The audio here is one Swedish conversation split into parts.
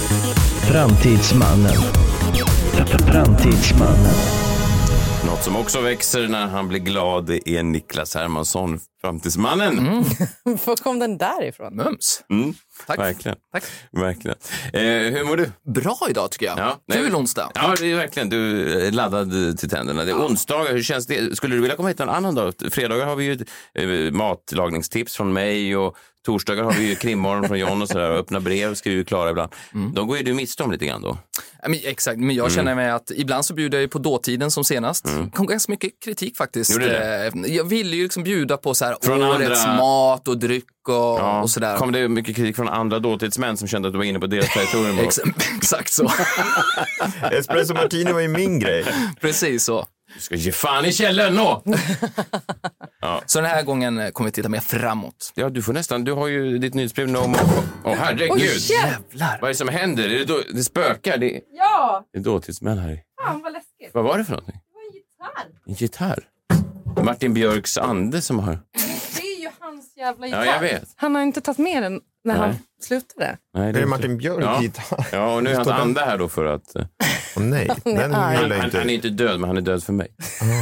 Framtidsmannen. Framtidsmannen. Något som också växer när han blir glad är Niklas Hermansson, Framtidsmannen. Var kom den där ifrån? Mums. Tack. Verkligen. Tack. Verkligen. Hur mår du? Bra idag tycker jag. Ja, Kul onsdag. Ja, det är verkligen. Du är laddad till tänderna. Det är onsdagar. Hur känns det? Skulle du vilja komma hit någon annan dag? Fredagar har vi ju matlagningstips från mig och torsdagar har vi ju krimmorgon från John och sådär. Och öppna brev skriver vi Klara ibland. De går ju du miste om lite grann då. Ja, men, exakt, men jag känner mig att ibland så bjuder jag ju på dåtiden som senast. Det kom ganska mycket kritik faktiskt. Jag ville ju liksom bjuda på så här från årets andra... mat och dryck och sådär. Kom det mycket kritik från andra dåtidsmän som kände att du var inne på deras territorium? Exakt så. Espresso Martini var ju min grej. Precis så. Du ska ge fan i källen nå! Så den här gången kommer vi titta mer framåt. Ja, du får nästan, du har ju ditt nyhetsbrev No More. Herregud. Jävlar. Vad är det som händer? Är det spökar? Det är dåtidsmän här. Fan vad läskigt. Vad var det för någonting? Det var en gitarr. En gitarr? Martin Björks ande som har... Det är ju hans jävla gitarr. Ja, jag vet. Han har inte tagit med den när han slutade. Nej, Det är Martin Björk gitarr. Ja, och nu är hans ande här då för att... Nej, den vill jag Han inte. är inte död, men han är död för mig.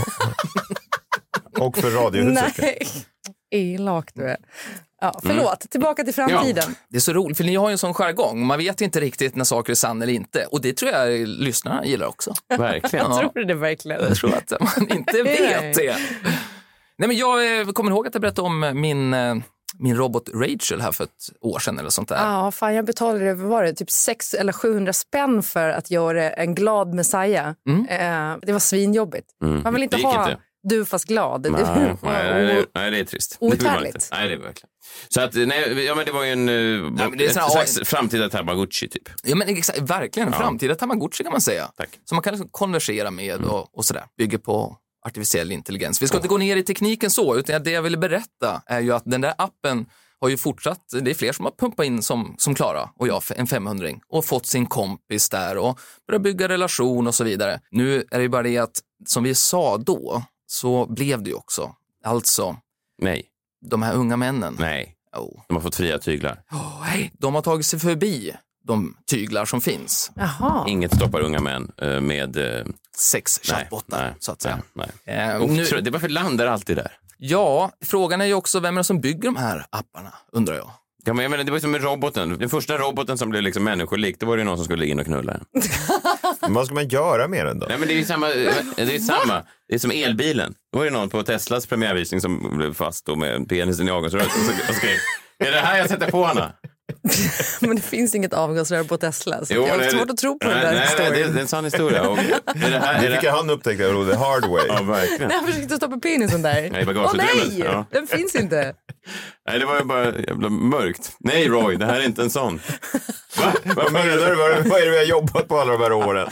Och för radiohuset. Nej, elak du är. Ja, förlåt, tillbaka till framtiden. Det är så roligt, för ni har ju en sån jargong. Man vet inte riktigt när saker är sann eller inte. Och det tror jag lyssnarna gillar också. Verkligen. Jag tror det verkligen. Jag tror att man inte vet det. Nej, men jag kommer ihåg att jag berättade om min robot Rachel här för ett år sedan eller sånt där. Ja, fan jag betalade, vad var det, typ 600 eller 700 spänn för att göra en glad Messiah. Det var svinjobbigt. Man vill inte ha du fast glad. Nej, det är trist. Outhärdligt. Nej, det är verkligen. Så att, nej, ja, men det var ju en slags framtida Tamagotchi typ. Ja, men exakt, verkligen en framtida Tamagotchi kan man säga. Tack. Som man kan liksom konversera med och sådär. Bygger på artificiell intelligens. Vi ska inte gå ner i tekniken så, utan det jag ville berätta är ju att den där appen har ju fortsatt, det är fler som har pumpat in som Klara och jag, en 500-ring och fått sin kompis där och börjat bygga relation och så vidare. Nu är det ju bara det att, som vi sa då, så blev det ju också. Alltså, Nej. de här unga männen. Nej. De har fått fria tyglar. Nej, de har tagit sig förbi de tyglar som finns. Jaha. Inget stoppar unga män med... Sex chattbottar, så att säga. Nej. Det var för landar alltid där. Ja, frågan är ju också vem är det som bygger de här apparna, undrar jag. Ja, men jag menar, det var ju som med roboten. Den första roboten som blev liksom människolik, det var ju någon som skulle in och knulla den. Vad ska man göra med den då? Nej, men det är ju samma. Det är som elbilen. Då var det någon på Teslas premiärvisning som blev fast då med en penisen i avgasröret och skrev, är det här jag sätter på henne? Men det finns inget avgasrör på Tesla. Så Jo, jag har svårt att tro på den där historien. Nej, det är en sann historia. Och Det fick han upptäcka the hard way. Ja, verkligen. Jag försökte stoppa penisen där. Nej, bagageutrymmet. Nej, Ja. den finns inte. Nej, det var ju bara jävla mörkt. Nej, Roy, det här är inte en sån. Va? Vad menar du? Vad är det vi har jobbat på alla de här åren?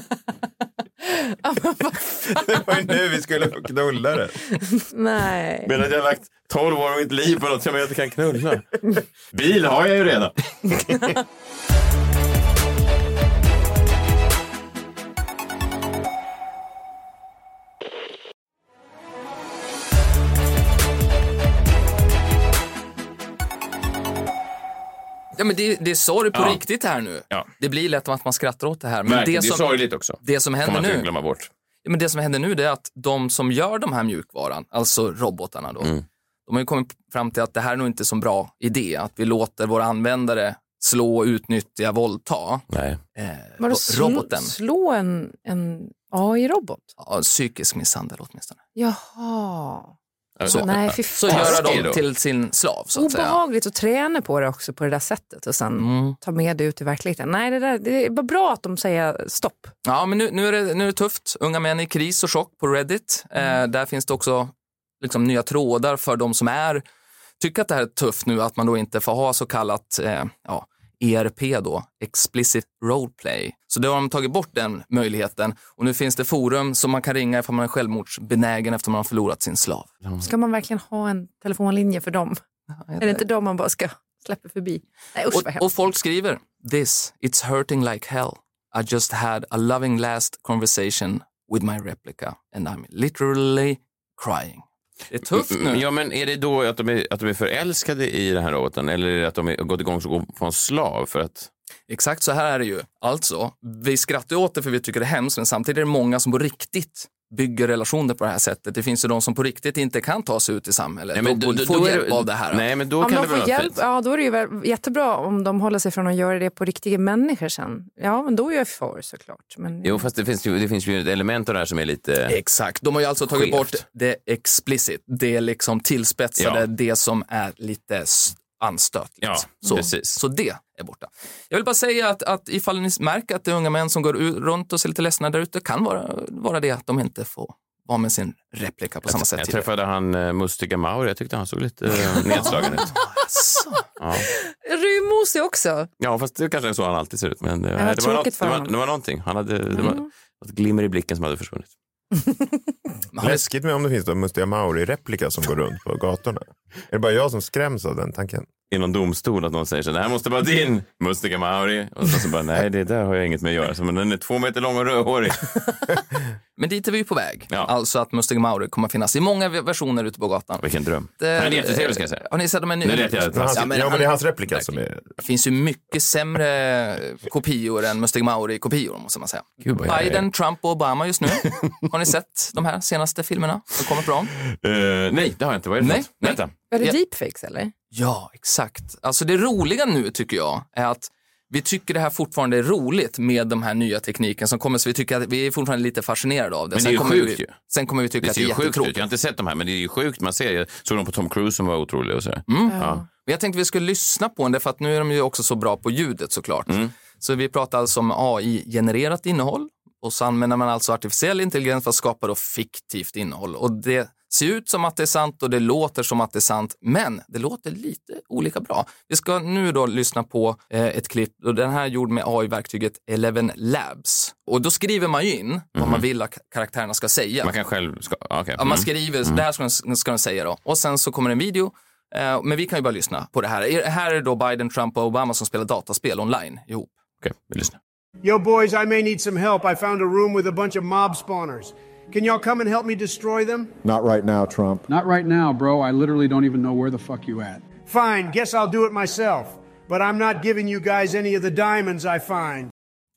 Det var ju nu vi skulle knulla det. Nej. Men att jag har lagt 12 år av mitt liv på något som jag inte kan knulla. Bil har jag ju redan. Ja, men det är sorg på riktigt här nu. Ja. Det blir lätt att man skrattar åt det här. Men det är sorgligt också. Det som händer man inte nu, glömma bort. Ja, men det som händer nu är att de som gör de här mjukvaran, alltså robotarna då, de har ju kommit fram till att det här är nog inte så bra idé. Att vi låter våra användare slå, utnyttja, våldta. Nej. Roboten. Slå en AI-robot? Ja, psykisk misshandel åtminstone. Jaha. Så, Nej, fy Så fan. gör de till sin slav, så att säga. Obehagligt att träna på det också på det där sättet och sen ta med det ut i verkligheten. Nej, det är bara bra att de säger stopp. Ja, men nu är det tufft. Unga män i kris och chock på Reddit. Där finns det också liksom nya trådar för de som tycker att det här är tufft nu, att man då inte får ha så kallat ERP då, explicit roleplay. Så då har de tagit bort den möjligheten och nu finns det forum som man kan ringa ifall man är självmordsbenägen efter man har förlorat sin slav. Ska man verkligen ha en telefonlinje för dem? Är det inte dem man bara ska släppa förbi? Nej, usch, vad hemskt. Och folk skriver, it's hurting like hell. I just had a loving last conversation with my replica and I'm literally crying. Det är tufft nu. Ja, men är det då att de är förälskade i den här roboten eller är det att de har gått igång och går på en slav för att... Exakt så här är det ju. Alltså, vi skrattar åt det för vi tycker det är hemskt, men samtidigt är det många som på riktigt bygger relationer på det här sättet. Det finns ju de som på riktigt inte kan ta sig ut i samhället. Nej, men då får hjälp av det här. Nej, men då kan det vara hjälp, fint. ja, då är det ju jättebra om de håller sig från att göra det på riktiga människor sen. Ja, men då är jag för såklart. Men... Jo, fast det finns ju ett element av det här som är lite... Exakt, de har ju alltså tagit bort det explicit. Det är liksom tillspetsade, det som är lite anstötligt. Ja, precis. Så det är borta. Jag vill bara säga att ifall ni märker att det är unga män som går runt och ser lite ledsna där ute, kan vara det att de inte får vara med sin replika på samma sätt. Jag träffade han Mustiga Mauri, jag tyckte han såg lite nedslagen ut. Ja. Rymosig också. Ja, fast det kanske är så han alltid ser ut. Men det var någonting. Han hade det var ett glimmer i blicken som hade försvunnit. Läskigt med om det finns då Mustiga Mauri-replika som går runt på gatorna. Är det bara jag som skräms av den tanken? I någon domstol att någon säger så, det här måste vara din Mustiga Mauri. Och så bara, nej, det där har jag inget med att göra. Så, men den är 2 meter lång och rödhårig. Men dit är vi på väg. Ja. Alltså att Mustiga Mauri kommer att finnas i många versioner ute på gatan. Vilken dröm. Han är jättetrevlig, ska jag säga. Har ni sett dem nu? Ja, men det är hans replika som är... Det finns ju mycket sämre kopior än Mustiga Mauri-kopior, måste man säga. Biden, Trump och Obama just nu. Har ni sett de här senaste filmerna som kommer på dem? Nej, det har jag inte. Vad är det? Nej. Är det deepfakes eller? Ja, exakt. Alltså det roliga nu tycker jag är att vi tycker det här fortfarande är roligt med de här nya tekniken som kommer, så vi tycker att vi är fortfarande lite fascinerade av det. Men det är ju sjukt ju. Sen kommer vi tycka att det är jättetråkigt. Jag har inte sett de här, men det är ju sjukt. Man ser, jag såg dem på Tom Cruise som var otrolig och så. Ja. Men jag tänkte vi skulle lyssna på den, för att nu är de ju också så bra på ljudet såklart. Så vi pratar alltså om AI-genererat innehåll. Och så använder man alltså artificiell intelligens för att skapa då fiktivt innehåll. Och det ser ut som att det är sant och det låter som att det är sant. Men det låter lite olika bra. Vi ska nu då lyssna på ett klipp. Och den här är gjord med AI-verktyget Eleven Labs. Och då skriver man ju in vad man vill att karaktärerna ska säga. Man kan själv... Ja, man skriver, det här ska de säga då. Och sen så kommer en video. Men vi kan ju bara lyssna på det här. Här är då Biden, Trump och Obama som spelar dataspel online ihop. Okej, vi lyssnar. Yo, boys, I may need some help. I found a room with a bunch of mob spawners. Can y'all come and help me destroy them? Not right now, Trump. Not right now, bro. I literally don't even know where the fuck you at. Fine, guess I'll do it myself. But I'm not giving you guys any of the diamonds I find.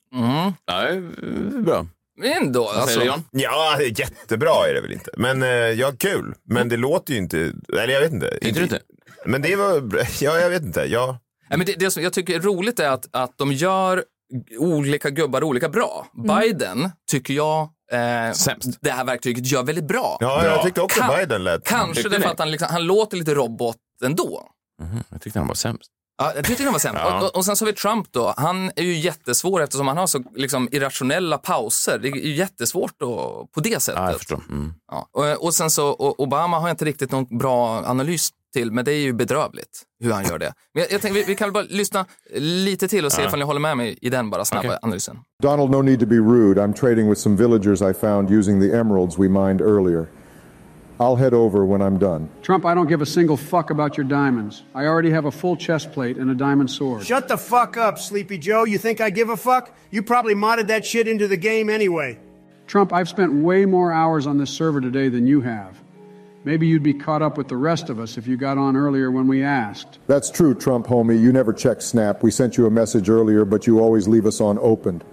Ja, bra. Ändå, alltså. Ja, jättebra är det väl inte. Men ja, kul. Men det låter ju inte... Eller jag vet inte. Inte. Men det var... Ja, jag vet inte. Ja. Men det som jag tycker är roligt är att de gör olika gubbar olika bra. Biden tycker jag det här verktyget gör väldigt bra. Ja, jag tyckte också Biden lät. Kanske det för att han låter lite robot ändå. Jag tyckte han var sämst. Ja, jag tyckte han var sämst. Ja. Och sen så har vi Trump då. Han är ju jättesvår eftersom han har så liksom irrationella pauser. Det är ju jättesvårt då, på det sättet. Ja, jag förstår. Ja. Och sen så Obama har inte riktigt någon bra analys till, men det är ju bedrövligt hur han gör det. Men jag tänkte vi kan väl bara lyssna lite till och se ifall ni håller med mig i den bara snabba analysen. Donald, no need to be rude. I'm trading with some villagers I found using the emeralds we mined earlier. I'll head over when I'm done. Trump, I don't give a single fuck about your diamonds. I already have a full chest plate and a diamond sword. Shut the fuck up, Sleepy Joe. You think I give a fuck? You probably modded that shit into the game anyway. Trump, I've spent way more hours on this server today than you have. Maybe you'd be caught up with the rest of us if you got on earlier when we asked. That's true, Trump, homie. You never check Snap. We sent you a message earlier, but you always leave us on opened.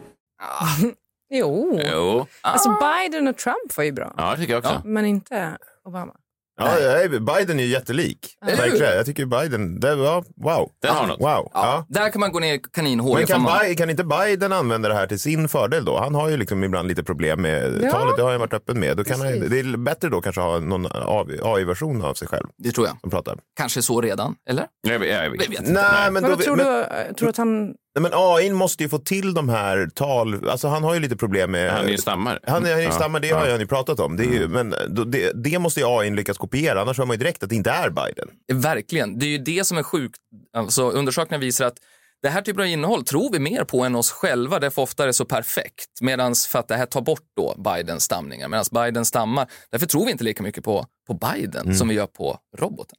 Jo. Alltså Biden och Trump var ju bra. Ja, det tycker jag också. Men inte Obama. Ja, Biden är ju jättelik. Verkligen. Jag tycker Biden, det var wow. Den har något. Wow. Ja. Där kan man gå ner i kaninhål. Men kan inte Biden använda det här till sin fördel då? Han har ju liksom ibland lite problem med talet, det har jag varit öppen med. Då kan det är bättre då kanske ha någon AI-version av sig själv. Det tror jag. Som pratar. Kanske så redan, eller? Jag vet inte. Nej, men då, tror att han... Men AI måste ju få till de här alltså han har ju lite problem med... Han är ju stammar. Han är ju stammar, det har han ju pratat om. Det är ju, men det måste ju AI lyckas kopiera, annars hör man ju direkt att det inte är Biden. Verkligen, det är ju det som är sjukt. Alltså, undersökningar visar att det här typen av innehåll tror vi mer på än oss själva, därför ofta är det så perfekt. Medans för att det här tar bort då Bidens stamningar, medan Biden stammar. Därför tror vi inte lika mycket på Biden som vi gör på roboten.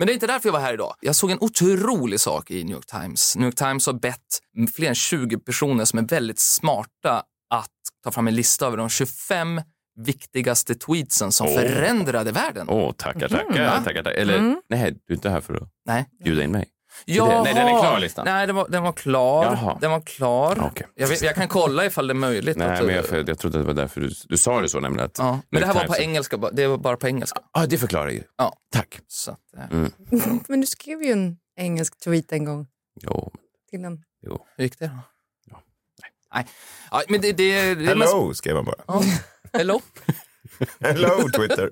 Men det är inte därför jag var här idag. Jag såg en otrolig sak i New York Times. New York Times har bett fler än 20 personer som är väldigt smarta att ta fram en lista över de 25 viktigaste tweetsen som förändrade världen. Tackar. Eller, nej, du är inte här för att bjuda in mig. Ja, nej, den är klar listan. Nej, den var klar. Jaha. Den var klar. Okay. Jag kan kolla ifall det är möjligt. Nej, men jag trodde det var därför du sa det så, nämligen att... Ja, men det här var på engelska. Det var bara på engelska. Ja, det förklarar ju. Ja. Tack. Så att, Men du skrev ju en engelsk tweet en gång. Jo. Till en... Hur gick det då? Ja. Nej. Ja, men det Hello, skrev man bara. Ja. Hello. Hello, Twitter.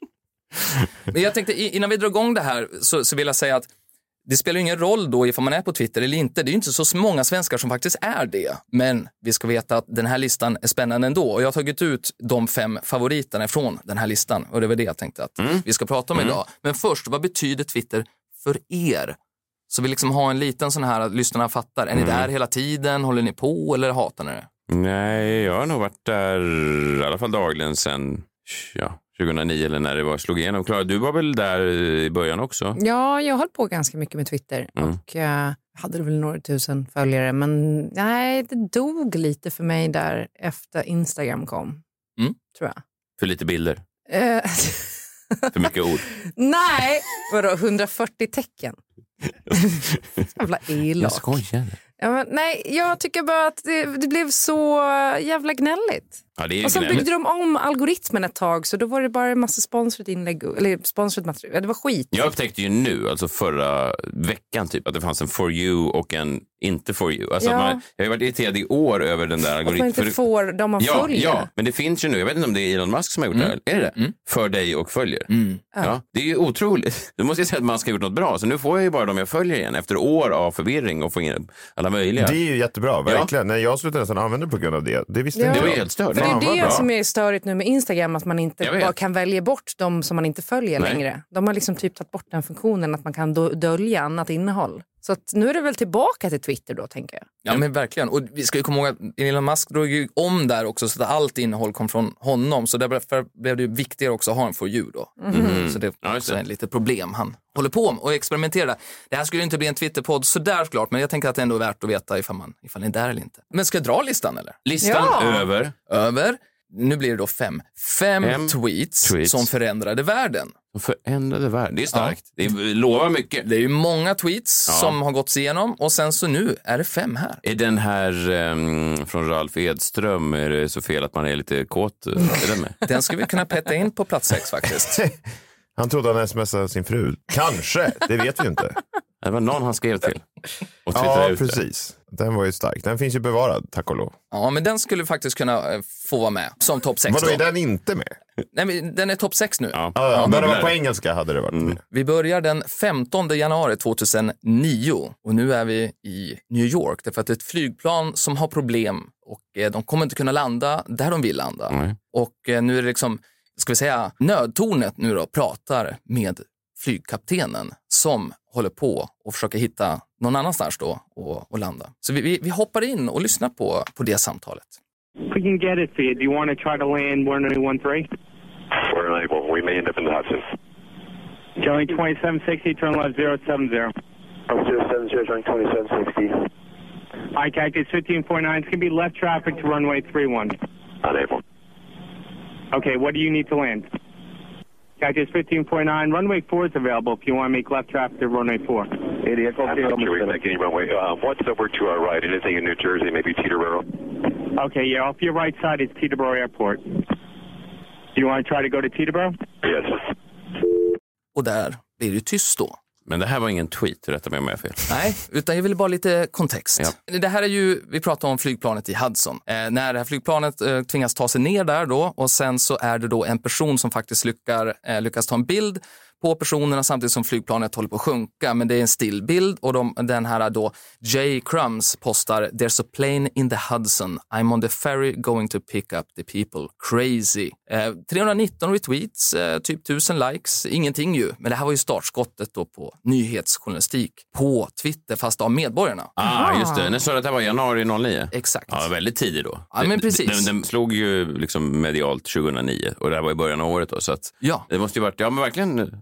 Men jag tänkte, innan vi drar igång det här så vill jag säga att det spelar ingen roll då ifall man är på Twitter eller inte. Det är ju inte så många svenskar som faktiskt är det. Men vi ska veta att den här listan är spännande ändå. Och jag har tagit ut de 5 favoriterna från den här listan. Och det var det jag tänkte att vi ska prata om idag. Men först, vad betyder Twitter för er? Så vi liksom har en liten sån här att lyssnarna fattar. Är ni där hela tiden? Håller ni på eller hatar ni det? Nej, jag har nog varit där i alla fall dagligen sedan 2009 eller när det slog igenom. Klara, du var väl där i början också? Ja, jag höll på ganska mycket med Twitter och hade väl några tusen följare. Men nej, det dog lite för mig där efter Instagram kom, tror jag. För lite bilder? För mycket ord? Nej, vadå 140 tecken? Jävla elak. Jag skojar. Ja, men, nej, jag tycker bara att det blev så jävla gnälligt. Ja, det är och sen gnälligt. byggde de om algoritmen ett tag, så då var det bara en massa sponsrat inlägg, eller sponsrat material. Ja, det var skit. Jag upptäckte ju nu, alltså förra veckan typ, att det fanns en for you och en inte for you. Alltså jag har varit irriterad i år över den där algoritmen. Att man inte får dem man följer. Ja, men det finns ju nu, jag vet inte om det är Elon Musk som har gjort det här. Är det? För dig och följer. Ja, det är ju otroligt. Då måste jag säga att man ska ha gjort något bra. Så nu får jag ju bara dem jag följer igen efter år av förvirring och få in alla möjliga. Det är ju jättebra, verkligen. När jag slutade nästan använda på grund av det. Det visste jag Det inte. var helt stört. För det är det som är störigt nu med Instagram, att man inte bara kan välja bort de som man inte följer längre. De har liksom typ tagit bort den funktionen att man kan dölja annat innehåll. Så att nu är det väl tillbaka till Twitter då, tänker jag. Ja, men verkligen. Och vi ska ju komma ihåg att Elon Musk drog ju om där också så att allt innehåll kom från honom. Så därför blev det ju viktigare också att ha en for you då. Så det är också ett litet problem han håller på och experimenterar. Det här skulle ju inte bli en Twitterpodd så där klart, men jag tänker att det ändå är värt att veta ifall ni är där eller inte. Men ska jag dra listan eller? Listan över. Nu blir det då 5 tweets som förändrade världen. Förändrade världen, det är starkt. Det lovar mycket. Det är ju många tweets som har gått igenom och sen så nu är det 5 här. Är den här från Ralf Edström, är det så fel att man är lite kåt? Är den med? Den ska vi kunna peta in på plats 6 faktiskt. Han trodde han smsade sin fru. Kanske, det vet vi inte. Det var någon han skrev till. Och precis. Den var ju stark. Den finns ju bevarad, tack och lov. Ja, men den skulle faktiskt kunna få vara med som topp 6. Vadå, är den inte med? Nej, men den är topp 6 nu. Men det var på engelska hade det varit med. Vi börjar den 15 januari 2009 och nu är vi i New York. Därför att det är ett flygplan som har problem och de kommer inte kunna landa där de vill landa. Och nu är det liksom, ska vi säga, nödtornet nu då pratar med flygkaptenen som håller på och försöker hitta någon annanstans då och landa. Så vi hoppar in och lyssnar på det samtalet. We can get it for you. Do you want to try to land 1013? 491, we may end up in the Hudson. Going 2760, turn left 070. 070, turn 2760. Hi, Cactus 1549. It's going to be left traffic to runway 31. Unable. Okay, what do you need to land? Cactus 1549, runway 4 is available if you want to make left traffic to runway 4. Idiot. I'm not sure we make any runway. What's over to our right? Anything in New Jersey, maybe Teterboro? Okay, yeah, off your right side is Teterboro Airport. Do you want to try to go to Teterboro? Yes. Och där blir det tyst då. Men det här var ingen tweet, rätta mig om jag är fel. Nej, utan jag vill bara lite kontext. Ja. Det här är ju, vi pratar om flygplanet i Hudson. När det här flygplanet tvingas ta sig ner där då och sen så är det då en person som faktiskt lyckas ta en bild på personerna samtidigt som flygplanet håller på att sjunka. Men det är en stillbild och den här då Jay Crumbs postar "There's a plane in the Hudson. I'm on the ferry going to pick up the people. Crazy." 319 retweets, typ 1000 likes, ingenting ju. Men det här var ju startskottet då på nyhetsjournalistik på Twitter fast av medborgarna. Just det. Ni sa att det var januari 09. Exakt. Ja, väldigt tidigt då. Ja, men precis. Den slog ju liksom medialt 2009 och det här var i början av året då. Så att det måste ju varit, men verkligen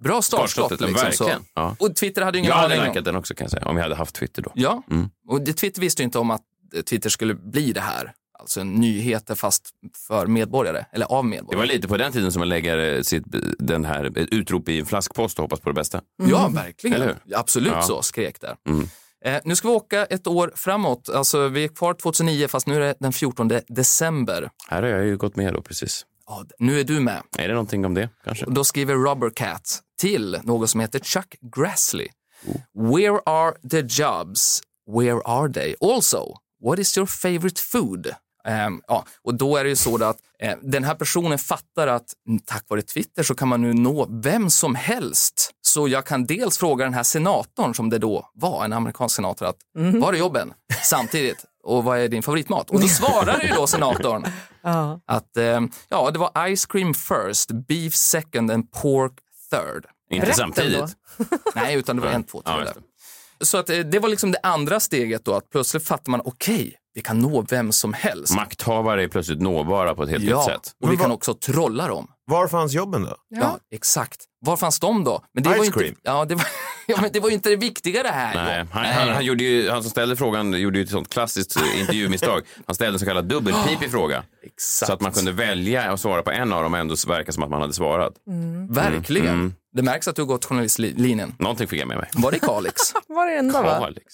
Bra startskott. Liksom, verkligen. Ja. Och Twitter hade ju ingen aning om. Jag hade likat den också kan jag säga, om jag hade haft Twitter då. Ja, och Twitter visste ju inte om att Twitter skulle bli det här. Alltså nyheter fast för medborgare, eller av medborgare. Det var lite på den tiden som man lägger den här utrop i en flaskpost och hoppas på det bästa. Ja, verkligen. Absolut så skrek där. Nu ska vi åka ett år framåt. Alltså, vi är kvar 2009 fast nu är det den 14 december. Här har jag ju gått med då precis. Ja, nu är du med. Är det någonting om det kanske? Och då skriver Rubber Cat till något som heter Chuck Grassley. Where are the jobs? Where are they? Also, what is your favorite food? Och då är det ju så att den här personen fattar att tack vare Twitter så kan man nu nå vem som helst. Så jag kan dels fråga den här senatorn som det då var, en amerikansk senator, att var är jobben samtidigt och vad är din favoritmat? Och då svarar ju då senatorn att det var ice cream first, beef second and pork third. Inte samtidigt? Nej, utan det var 1, 2, 3 där. Så att det var liksom det andra steget då, att plötsligt fattar man vi kan nå vem som helst. Makthavare är plötsligt nåbara på ett helt nytt sätt. Och vi kan också trolla dem. Var fanns jobben då? Ja, exakt. Var fanns de då? Men det Ice var cream. Inte, men det var ju inte det viktiga det här. Nej, han som ställde frågan gjorde ju ett sånt klassiskt intervjumisstag. Han ställde en så kallad dubbelpipig fråga. Exakt. Så att man kunde välja och svara på en av dem och ändå verka som att man hade svarat. Verkligen. Det märks att du har gått journalistlinjen. Någonting fick jag med mig. Var det Kalix? Var det enda va? Kalix.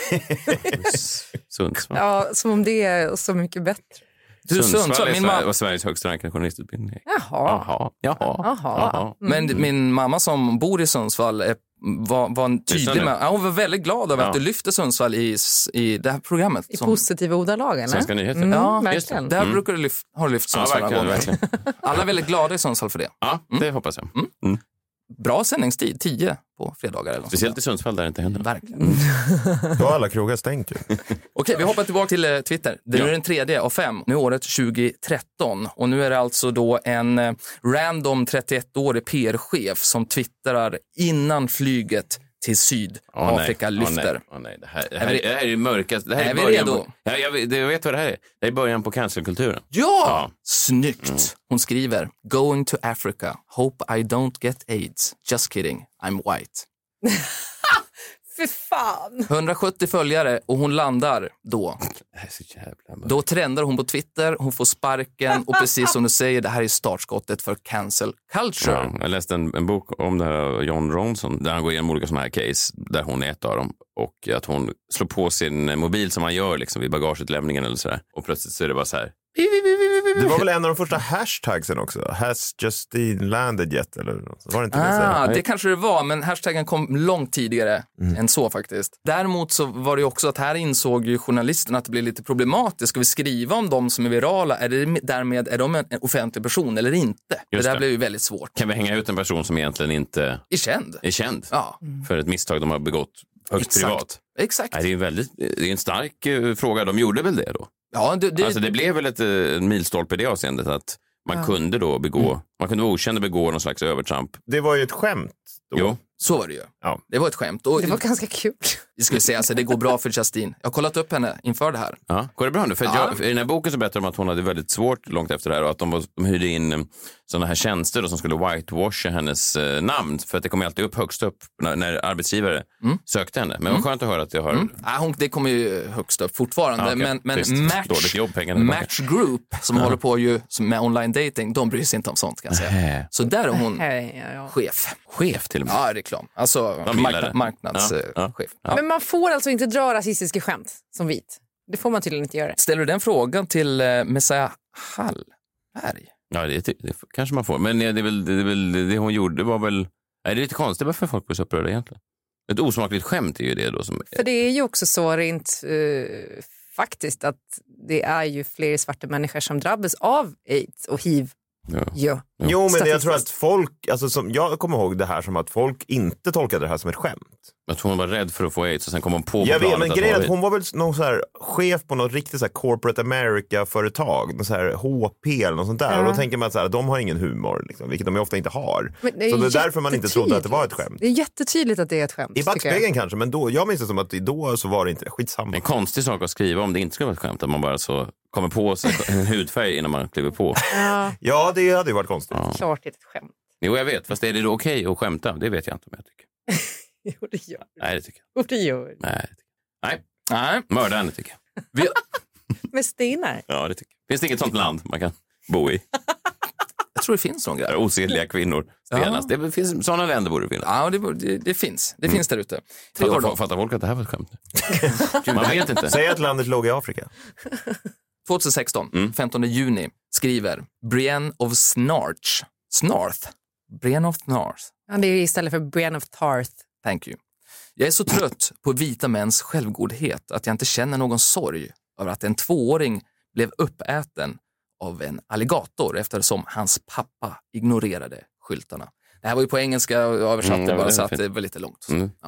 Sundsvall. Ja, som om det är så mycket bättre. Sundsvall är Sveriges högsta rankade journalistutbildning. Jaha. Men min mamma som bor i Sundsvall var tydlig med. Hon var väldigt glad över att du lyfter Sundsvall i det här programmet. I positiva ordalag, eller? Svenska nyheter. Ja, verkligen. Där brukar du ha lyft Sundsvall. Verkligen. Alla är väldigt glada i Sundsvall för det. Ja, det hoppas jag. Bra sändningstid, 10 på fredagar. Eller speciellt i Sundsvall där det inte händer. Verkligen. Då har alla krogar stängt ju. Okej, vi hoppar tillbaka till Twitter. Det är den 3 av 5. Nu är året 2013. Och nu är det alltså då en random 31-årig PR-chef som twittrar innan flyget till Sydafrika lyfter. Nej. Det här är det mörkaste. Det här är vi redo? Jag vet vad det här är. Det är början på cancelkulturen. Ja! Snyggt! Hon skriver, going to Africa. Hope I don't get AIDS. Just kidding. I'm white. Fy fan! 170 följare och hon landar då. Det här är så jävla... Då trendar hon på Twitter, hon får sparken och precis som du säger, det här är startskottet för cancel culture. Ja, jag läste en bok om det här Jon Ronson där han går igenom olika sådana här case där hon är ett av dem och att hon slår på sin mobil som man gör liksom vid bagageutlämningen eller sådär och plötsligt så är det bara så här. Det var väl en av de första hashtagsen också. Has Justine landed yet? Eller var det inte det kanske det var, men hashtaggen kom långt tidigare än så faktiskt. Däremot så var det också att här insåg ju journalisterna att det blir lite problematiskt. Ska vi skriva om de som är virala? Är de en offentlig person eller inte? Det där blev ju väldigt svårt. Kan vi hänga ut en person som egentligen inte är känd? Ja. För ett misstag de har begått högst privat? Exakt. Nej, det är en stark fråga. De gjorde väl det då? Ja, alltså det blev väl en milstolpe i det avseendet att man kunde då man kunde vara okänd och begå någon slags övertramp. Det var ju ett skämt då. Jo. Så var det ju. Ja. Det var ett skämt. Och det var ganska kul. Jag skulle säga alltså, det går bra för Justine. Jag har kollat upp henne inför det här. Ja, går det bra nu? För i den här boken så berättar de att hon hade väldigt svårt långt efter det här och att de hyrde in sådana här tjänster då, som skulle whitewasha hennes namn för att det kom alltid upp högst upp när arbetsgivare sökte henne. Men vad skönt att höra att jag har... det kommer ju högst upp fortfarande. Okay. Men Match Group som håller på ju med online dating, de bryr sig inte om sånt kan jag säga. Så där är hon chef. Chef till och med? Ja, reklam. Alltså marknadschef. Ja. Men man får alltså inte dra rasistiska skämt som vit. Det får man tydligen inte göra. Ställer du den frågan till Messiah Hallberg? Ja, det kanske man får. Men det är väl det hon gjorde var väl... Nej, det är lite konstigt varför folk blir så upprörda egentligen. Ett osmakligt skämt är ju det då. För det är ju också så rent faktiskt att det är ju fler svarta människor som drabbas av AIDS och HIV. Ja. Jo, men jag tror att folk, alltså som jag kommer ihåg det här som att folk inte tolkade det här som ett skämt. Att hon var rädd för att få AIDS och sen kom hon på jag vet, men grejen är att hon var väl någon så här chef på något riktigt så här corporate America-företag, någon så här HP eller något sånt där. Och då tänker man att så här, de har ingen humor, liksom, vilket de ofta inte har. Så det är därför man inte trodde att det var ett skämt. Det är jättetydligt att det är ett skämt. I backspegeln kanske, men då, jag minns det som att då så var det inte skitsamma. En konstig sak att skriva om det inte skulle vara ett skämt, att man bara så kommer på sig en hudfärg innan man kliver på. Ja, det hade ju varit konstigt. Klart det är ett skämt. Jo, jag vet. Fast är det då okej att skämta? Det vet jag inte om jag tycker. Jo, det gör. Nej, det tycker jag. Och det gör. Nej. Mördande tycker jag. Med stenar? Ja, det tycker jag. Finns det inget sånt land man kan bo i? Jag tror det finns någon grej. Osedliga kvinnor stenas. Ja. Det finns sådana länder borde det finnas. Ja, det finns. Det finns där ute. Fattar folk att det här var ett skämt? Man vet inte. Säg att landet låg i Afrika. 2016, 15 juni, skriver Brienne of Snarth. Brienne of Snarth. Ja, det är istället för Brienne of Tarth. Thank you. Jag är så trött på vita mäns självgodhet att jag inte känner någon sorg över att en 2-åring blev uppäten av en alligator eftersom hans pappa ignorerade skyltarna. Det här var ju på engelska översatt, bara så att det var lite långt.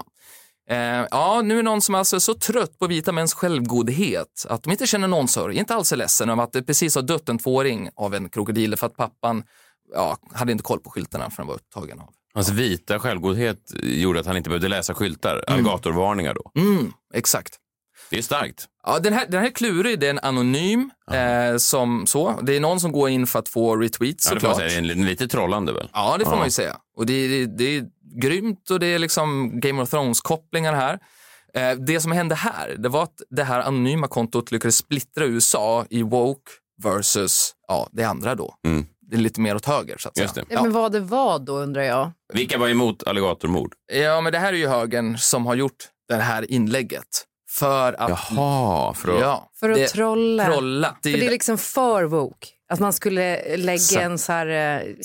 Ja, nu är någon som alltså är så trött på vita mäns självgodhet att de inte känner någon sorg, inte alls är ledsen om att det precis har dött en 2-åring av en krokodil för att pappan hade inte koll på skyltarna för han var upptagen av. Hans vita självgodhet gjorde att han inte behövde läsa skyltar, alligatorvarningar då. Exakt. Det är starkt. Ja, den här är klurig, det är en anonym som så. Det är någon som går in för att få retweets såklart. Det är lite trollande väl? Ja, det får man ju säga. Och det är grymt och det är liksom Game of Thrones-kopplingar här. Det som hände här, det var att det här anonyma kontot lyckades splittra USA i woke versus det andra då. Det är lite mer åt höger så att säga. Ja, men vad det var då undrar jag. Vilka var emot alligatormord? Ja, men det här är ju högern som har gjort det här inlägget. För att trolla. För det är liksom för woke. Att man skulle lägga en så här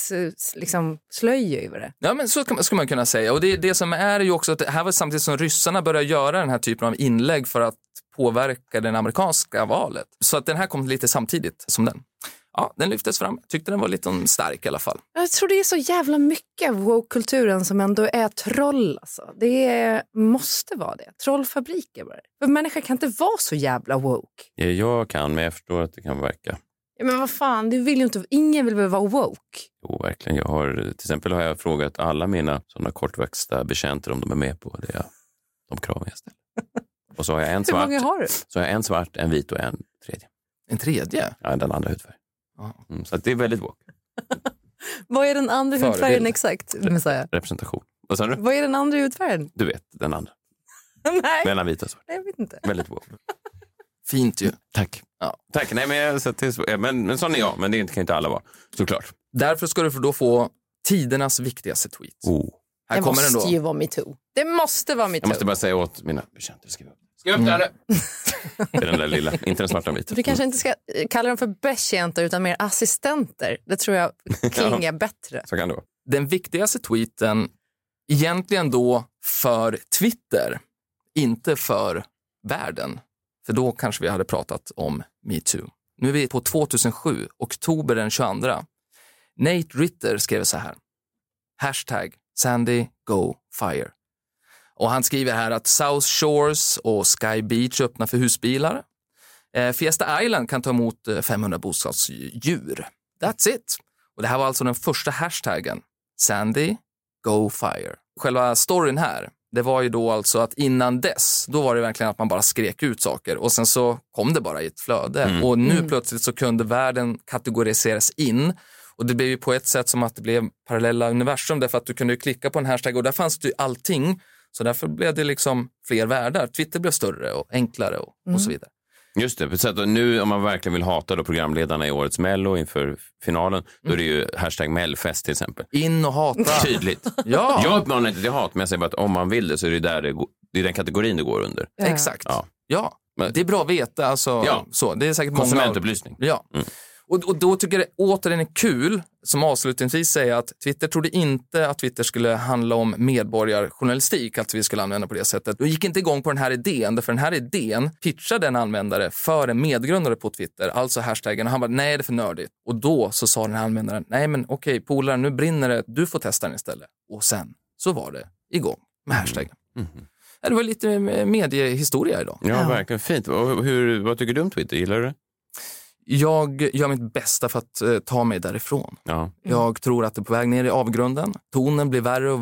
slöja över det. Ja, men så ska man kunna säga. Och det som är ju också att det här var samtidigt som ryssarna började göra den här typen av inlägg för att påverka det amerikanska valet. Så att den här kom lite samtidigt som den. Ja, den lyftes fram. Tyckte den var lite stark i alla fall. Jag tror det är så jävla mycket av woke-kulturen som ändå är troll. Alltså. Det måste vara det. Trollfabriker bara. För människor kan inte vara så jävla woke. Jag kan, men jag förstår att det kan verka. Ja, men vad fan, du vill ju inte, ingen vill vara woke. Jo, verkligen. Till exempel har jag frågat alla mina sådana kortväxta bekänter om de är med på det, de kraven jag ställer. Och så har jag en svart. Hur många har du? Så har jag en svart, en vit och en tredje. En tredje? Ja, den andra hudfärg. Så att det är väldigt woke. Vad är den andra hudfärgen exakt? Representation. Vad är den andra hudfärgen? Du vet, den andra. Nej. Mellan vita och svart. Jag vet inte. Väldigt woke. Fint ju. Tack. Ja. Tack. Nej, men sån är jag. Men det kan inte alla vara. Såklart. Därför ska du då få tidernas viktigaste tweet. Här det kommer måste ju vara MeToo. Det måste vara MeToo. Jag måste bara säga åt mina bekänter. Skriv upp det här. Det är den där lilla, inte den svarta vita. Du kanske inte ska kalla dem för bekänter utan mer assistenter. Det tror jag klingar bättre. Så kan det vara. Den viktigaste tweeten egentligen då för Twitter, inte för världen. För då kanske vi hade pratat om MeToo. Nu är vi på 2007, oktober den 22. Nate Ritter skrev så här. #SandyGoFire. Och han skriver här att South Shores och Sky Beach öppnar för husbilar. Fiesta Island kan ta emot 500 bostadsdjur. That's it. Och det här var alltså den första hashtaggen. #SandyGoFire. Själva storyn här, det var ju då alltså att innan dess, då var det verkligen att man bara skrek ut saker. Och sen så kom det bara i ett flöde. Och nu plötsligt så kunde världen kategoriseras in. Och det blev ju på ett sätt som att det blev parallella universum. Därför att du kunde klicka på en hashtag och där fanns det ju allting. Så därför blev det liksom fler världar. Twitter blev större och enklare och så vidare. Just det, så att nu om man verkligen vill hata då programledarna i årets Mello inför finalen, då är det ju #Mellfest till exempel. In och hata. Tydligt. Ja. Jag uppmanar inte till hat, men jag säger bara att om man vill det så är det där det är den kategorin det går under. Exakt. Ja. Men det är bra att veta. Alltså, så. Det är säkert konsumentupplysning. Ja. Och då tycker jag återigen är kul som avslutningsvis säga att Twitter trodde inte att Twitter skulle handla om medborgarjournalistik, att vi skulle använda på det sättet. De gick inte igång på den här idén, därför den här idén pitchade en användare för en medgrundare på Twitter, alltså hashtaggen, och han bara, nej det är för nördigt. Och då så sa den här användaren, nej men okej polare, nu brinner det, du får testa den istället. Och sen så var det igång med hashtaggen. Det var lite mediehistoria idag. Ja, verkligen fint. Vad tycker du om Twitter? Gillar du det? Jag gör mitt bästa för att ta mig därifrån. Jag tror att det är på väg ner i avgrunden. Tonen blir värre och värre.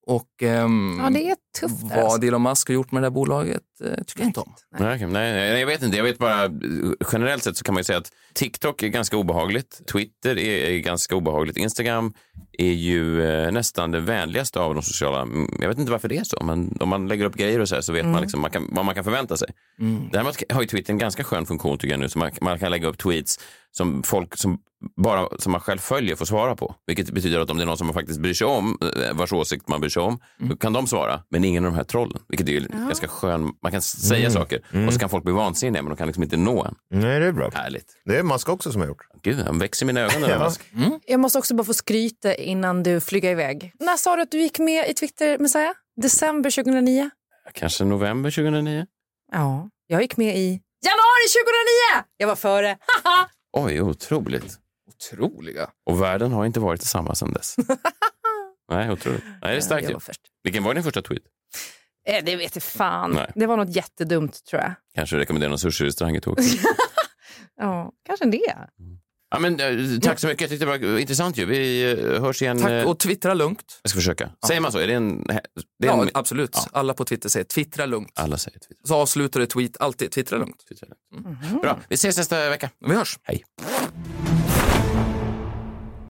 Och det är tufft. Vad Elon Musk har gjort med det där bolaget tycker jag inte om. Nej, jag vet inte. Jag vet bara, generellt sett så kan man ju säga att TikTok är ganska obehagligt. Twitter är ganska obehagligt. Instagram är ju nästan det vänligaste av de sociala. Jag vet inte varför det är så. Men om man lägger upp grejer och så vet man liksom vad man kan förvänta sig. Däremot har ju Twitter en ganska skön funktion tycker jag nu. Så man kan lägga upp tweets som folk som man själv följer får svara på. Vilket betyder att om det är någon som man faktiskt bryr sig om, vars åsikt man bryr sig om, då kan de svara. Men ingen av de här trollen. Vilket är ju ganska skön. Man kan säga saker och så kan folk bli vansinniga men de kan liksom inte nå en. Nej, det är bra. Härligt. Det är Musk också som har gjort. Gud, han växer i mina ögon. Musk. Jag måste också bara få skryta innan du flyger iväg. När sa du att du gick med i Twitter, Messiah? December 2009? Kanske november 2009? Ja, jag gick med i januari 2009! Jag var före. Oj, otroligt. Otroliga. Och världen har inte varit detsamma sedan dess. Nej, otroligt. Nej, det är starkt. Vilken var din första tweet? Det vet jag fan. Nej. Det var något jättedumt tror jag. Kanske rekommenderar någon sushi-restaurang i Tokyo. Ja, kanske det. Ja, men, tack så mycket. Jag tyckte det var intressant ju. Vi hörs igen. Tack och twittra lugnt. Jag ska försöka. Säger man så? Är det en... Absolut. Ja. Alla på Twitter säger twittra lugnt. Alla säger twittra. Så avslutar du tweet alltid twittra lugnt. Bra, vi ses nästa vecka. Vi hörs. Hej.